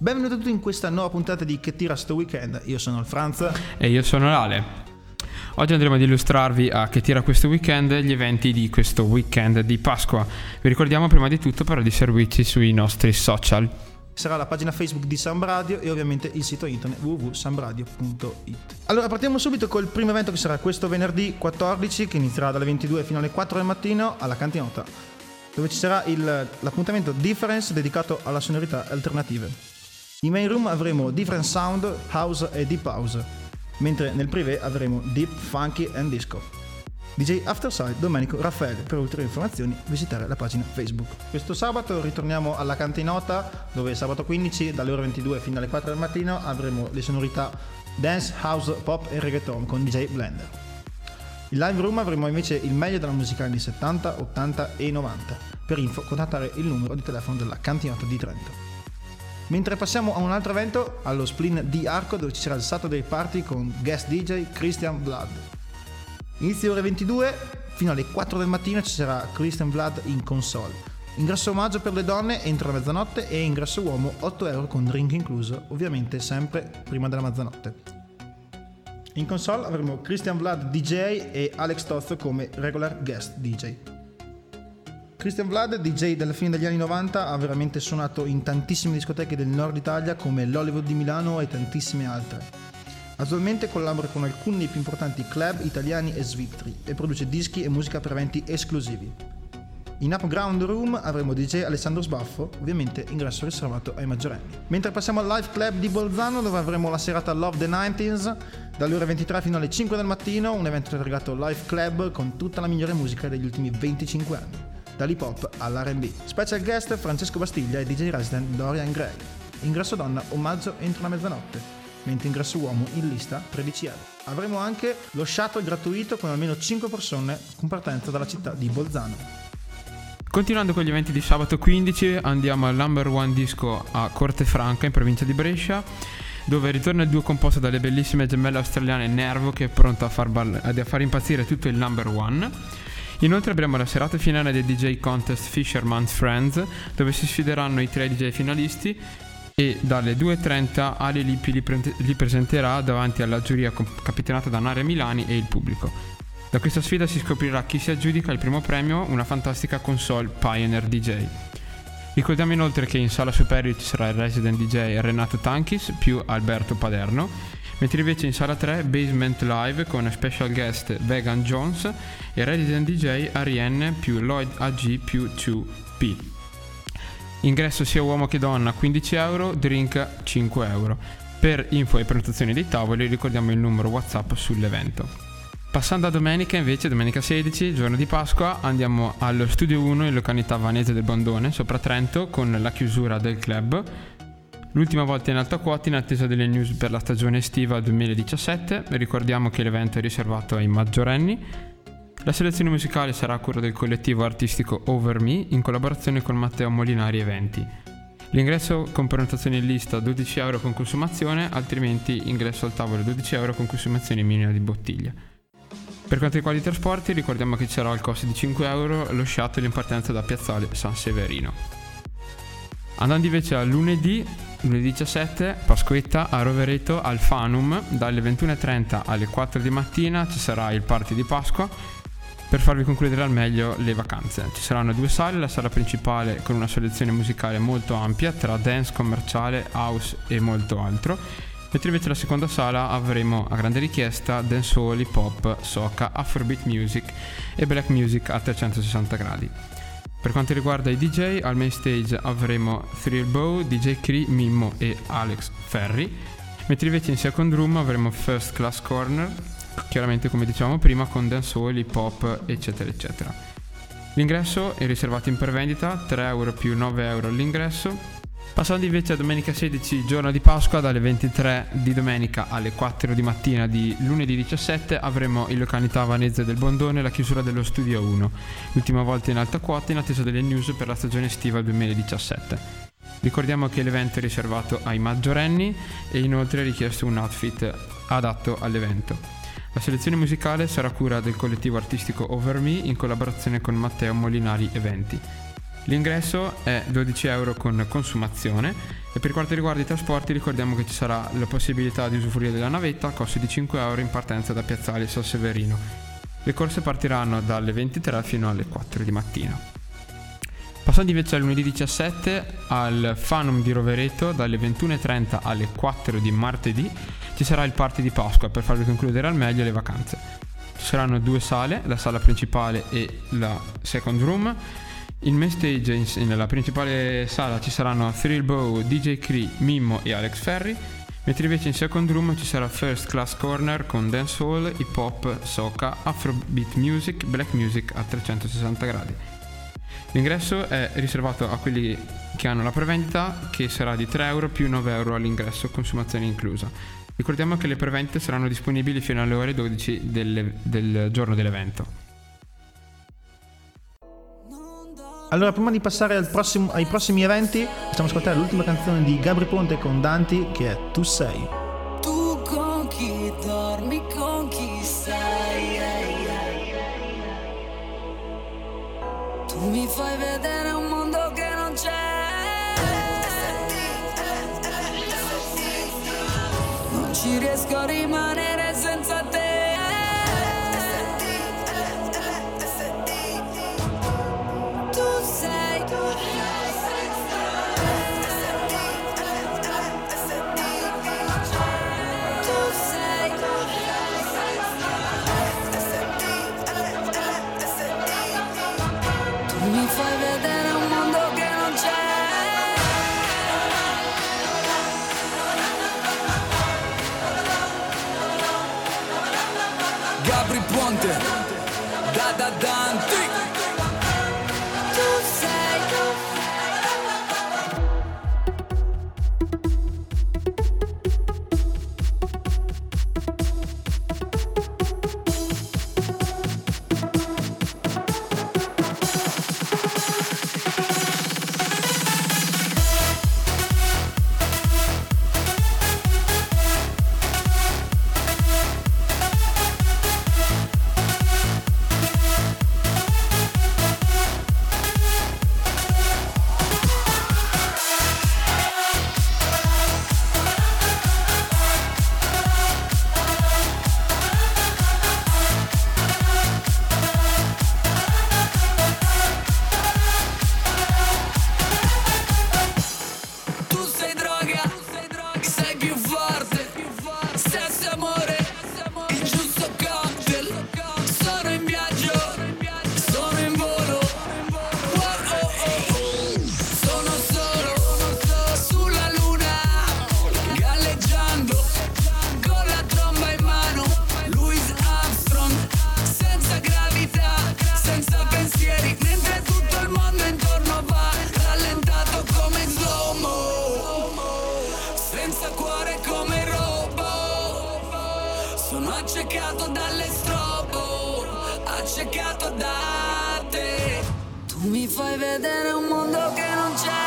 Benvenuti a tutti in questa nuova puntata di Che tira sto weekend. Io sono il Franz. E io sono l'Ale. Oggi andremo ad illustrarvi a Che tira questo weekend gli eventi di questo weekend di Pasqua. Vi ricordiamo prima di tutto però di seguirci sui nostri social. Sarà la pagina Facebook di Samba Radio e ovviamente il sito internet www.sambradio.it. Allora partiamo subito col primo evento che sarà questo venerdì 14, che inizierà dalle 22 fino alle 4 del mattino alla Cantinota, dove ci sarà l'appuntamento Difference dedicato alla sonorità alternative. In main room avremo Different Sound, House e Deep House, mentre nel privé avremo Deep, Funky and Disco. DJ Afterside Domenico Raffaele. Per ulteriori informazioni visitare la pagina Facebook. Questo sabato ritorniamo alla Cantinota, dove sabato 15 dalle ore 22 fino alle 4 del mattino avremo le sonorità Dance, House, Pop e Reggaeton con DJ Blender. In live room avremo invece il meglio della musica anni 70, 80 e 90. Per info contattare il numero di telefono della Cantinota di Trento. Mentre passiamo a un altro evento, allo Splin di Arco, dove ci sarà il Saturday Party con guest DJ Christian Vlad. Inizio ore 22, fino alle 4 del mattino ci sarà Christian Vlad in console. Ingresso omaggio per le donne entro la mezzanotte e ingresso uomo €8 con drink incluso, ovviamente sempre prima della mezzanotte. In console avremo Christian Vlad DJ e Alex Tozzo come regular guest DJ. Christian Vlad, DJ della fine degli anni 90, ha veramente suonato in tantissime discoteche del nord Italia come l'Hollywood di Milano e tantissime altre. Attualmente collabora con alcuni dei più importanti club italiani e svizzeri e produce dischi e musica per eventi esclusivi. In Upground Room avremo DJ Alessandro Sbaffo, ovviamente ingresso riservato ai maggiorenni. Mentre passiamo al Live Club di Bolzano, dove avremo la serata Love the 90s, dalle ore 23 fino alle 5 del mattino, un evento targato Live Club con tutta la migliore musica degli ultimi 25 anni. Dall'hip hop all'R&B. Special guest Francesco Bastiglia e DJ resident Dorian Gray. Ingresso donna omaggio entro la mezzanotte, mentre ingresso uomo in lista €13. Avremo anche lo shuttle gratuito con almeno 5 persone con partenza dalla città di Bolzano. Continuando con gli eventi di sabato 15 andiamo al Number One Disco a Corte Franca in provincia di Brescia, dove ritorna il duo composto dalle bellissime gemelle australiane Nervo, che è pronto a far impazzire tutto il Number One. Inoltre avremo la serata finale del DJ Contest Fisherman's Friends, dove si sfideranno i 3 DJ finalisti e dalle 2:30 Ali Lippi li presenterà davanti alla giuria capitanata da Nare Milani e il pubblico. Da questa sfida si scoprirà chi si aggiudica il primo premio, una fantastica console Pioneer DJ. Ricordiamo inoltre che in sala superiore ci sarà il resident DJ Renato Tanchis più Alberto Paderno, mentre invece in sala 3 Basement Live con special guest Vegan Jones e resident DJ Arienne più Lloyd AG più 2P. Ingresso sia uomo che donna €15, drink €5. Per info e prenotazioni dei tavoli ricordiamo il numero WhatsApp sull'evento. Passando a domenica invece, domenica 16, giorno di Pasqua, andiamo allo Studio 1 in località Vanese del Bondone, sopra Trento, con la chiusura del club. L'ultima volta in alta quota in attesa delle news per la stagione estiva 2017. Ricordiamo che l'evento è riservato ai maggiorenni. La selezione musicale sarà a cura del collettivo artistico Over Me in collaborazione con Matteo Molinari Eventi. L'ingresso con prenotazione in lista €12 con consumazione, altrimenti ingresso al tavolo €12 con consumazione minima di bottiglia. Per quanto riguarda i trasporti, ricordiamo che ci sarà il costo di €5 lo shuttle in partenza da Piazzale San Severino. Andando invece a lunedì 17, Pasquetta a Rovereto al Fanum, dalle 21:30 alle 4 di mattina ci sarà il party di Pasqua per farvi concludere al meglio le vacanze. Ci saranno 2 sale, la sala principale con una selezione musicale molto ampia tra dance, commerciale, house e molto altro, mentre invece la seconda sala avremo a grande richiesta dancehall, hip hop, soca, afrobeat music e black music a 360 gradi. Per quanto riguarda i DJ, al main stage avremo Thrill Bow, DJ Cree, Mimmo e Alex Ferri, mentre invece in second room avremo First Class Corner, chiaramente come dicevamo prima, con dancehall, hip hop, eccetera eccetera. L'ingresso è riservato in prevendita, €3 più €9 all'ingresso. Passando invece a domenica 16, giorno di Pasqua, dalle 23 di domenica alle 4 di mattina di lunedì 17 avremo in località Vanese del Bondone la chiusura dello Studio 1, l'ultima volta in alta quota in attesa delle news per la stagione estiva 2017. Ricordiamo che l'evento è riservato ai maggiorenni e inoltre è richiesto un outfit adatto all'evento. La selezione musicale sarà a cura del collettivo artistico Over Me in collaborazione con Matteo Molinari Eventi. L'ingresso è €12 con consumazione E per quanto riguarda i trasporti, ricordiamo che ci sarà la possibilità di usufruire della navetta a costo di 5 euro in partenza da Piazzale San Severino. Le corse partiranno dalle 23 fino alle 4 di mattina. Passando invece al lunedì 17 al Fanum di Rovereto, dalle 21.30 alle 4 di martedì ci sarà il party di Pasqua per farvi concludere al meglio le vacanze. Ci saranno 2 sale, la sala principale e la second room. In main stage, nella principale sala, ci saranno Thrill Bow, DJ Cree, Mimmo e Alex Ferri, mentre invece in second room ci sarà First Class Corner con dancehall, hip hop, soca, afrobeat music, black music a 360 gradi. L'ingresso è riservato a quelli che hanno la prevendita, che sarà di 3 euro più 9 euro all'ingresso, consumazione inclusa. Ricordiamo che le prevendite saranno disponibili fino alle ore 12 del giorno dell'evento. Allora, prima di passare ai prossimi eventi, facciamo ascoltare l'ultima canzone di Gabri Ponte con Danti, che è Tu sei. Tu con chi dormi, con chi sei. Tu mi fai vedere un mondo che non c'è. Non ci riesco a rimanere senza te. Mi fai vedere un mondo che non c'è. Gabri Ponte, da Danti. Tu sei tu. accecato dalle strobo, accecato da te. Tu mi fai vedere un mondo che non c'è.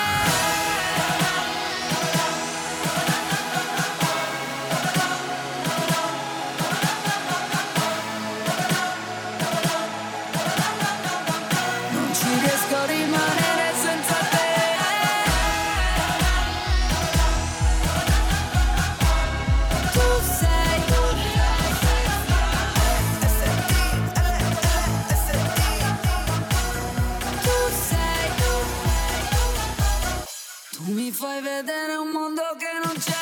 Mi fai vedere un mondo che non c'è.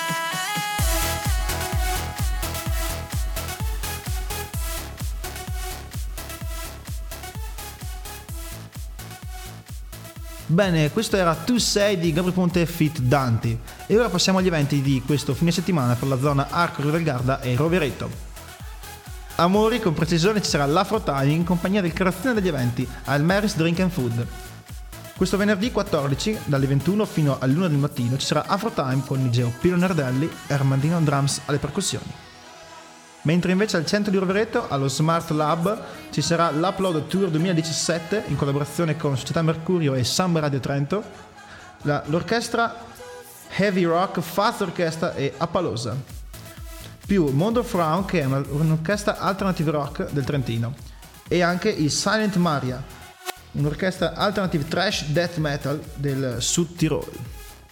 Bene, questo era Tu sei di Gabri Ponte Fit Danti. E ora passiamo agli eventi di questo fine settimana per la zona Arco River Garda e Rovereto. A Mori, con precisione, ci sarà l'Afro Time in compagnia del creazione degli eventi al Mary's Drink and Food. Questo venerdì 14, dalle 21 fino all'1 del mattino, ci sarà Afro Time con il Geo Pino Nardelli e Armandino Drums alle percussioni. Mentre invece al centro di Rovereto, allo Smart Lab, ci sarà l'Upload Tour 2017 in collaborazione con Società Mercurio e Samba Radio Trento, l'orchestra Heavy Rock, Faz Orchestra e Appalosa, più Mondo Frown, che è un'orchestra alternative rock del Trentino, e anche il Silent Maria, un'orchestra alternative trash death metal del Sud Tirol.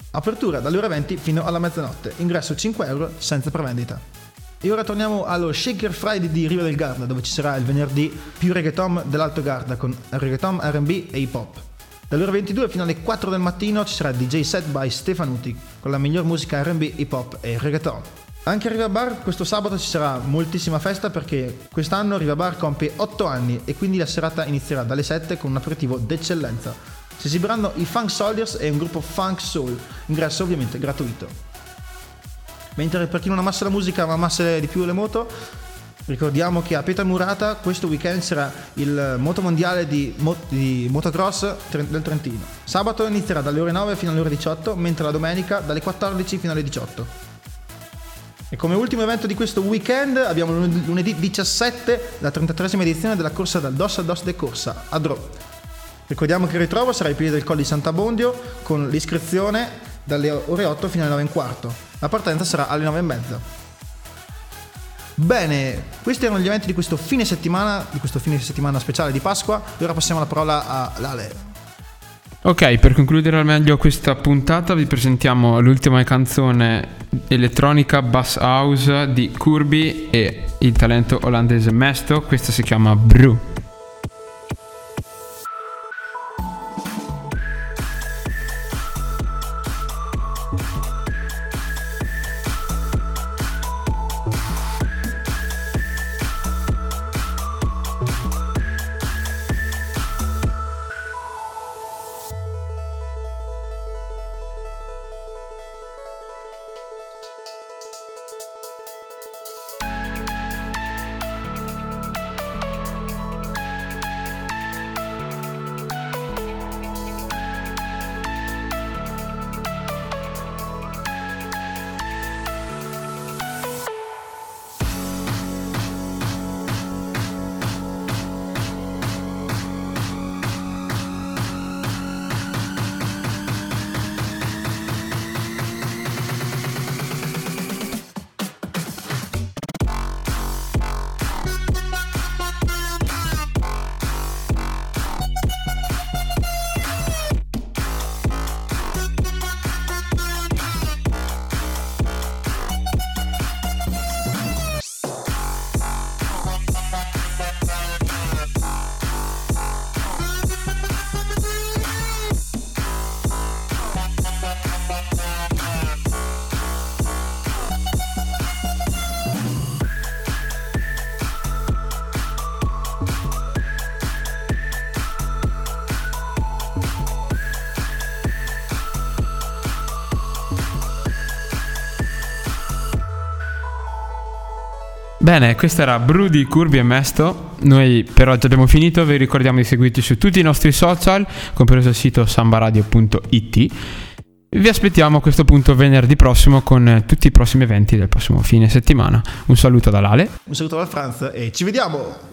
Apertura dalle ore 20 fino alla mezzanotte, ingresso 5 euro senza prevendita. E ora torniamo allo Shaker Friday di Riva del Garda, dove ci sarà il venerdì più reggaeton dell'Alto Garda con reggaeton, R&B e hip hop. Dalle ore 22 fino alle 4 del mattino ci sarà il DJ set by Stefanuti con la miglior musica R&B, hip hop e reggaeton. Anche a Riva Bar questo sabato ci sarà moltissima festa perché quest'anno Riva Bar compie 8 anni e quindi la serata inizierà dalle 7 con un aperitivo d'eccellenza. Si esibiranno i Funk Soldiers e un gruppo Funk Soul, ingresso ovviamente gratuito. Mentre per chi non amasse la musica ma amasse di più le moto, ricordiamo che a Pietraimurata questo weekend sarà il motomondiale di motocross del Trentino. Sabato inizierà dalle ore 9 fino alle ore 18, mentre la domenica dalle 14 fino alle 18. E come ultimo evento di questo weekend abbiamo lunedì 17 la 33esima edizione della corsa dal Dos al Dos de Corsa a Dro. Ricordiamo che il ritrovo sarà ai piedi del Colle di Sant'Abbondio con l'iscrizione dalle ore 8 fino alle 9:15. La partenza sarà alle 9:30. Bene, questi erano gli eventi di questo fine settimana speciale di Pasqua e ora passiamo la parola a Lale. Ok, per concludere al meglio questa puntata vi presentiamo l'ultima canzone elettronica bass house di Kirby e il talento olandese Mesto. Questa si chiama Brew. Bene, questa era Brew di Kirby e Mesto. Noi per oggi abbiamo finito. Vi ricordiamo di seguirci su tutti i nostri social, compreso il sito sambaradio.it. Vi aspettiamo a questo punto venerdì prossimo con tutti i prossimi eventi del prossimo fine settimana. Un saluto da Lale. Un saluto dal Franz e ci vediamo!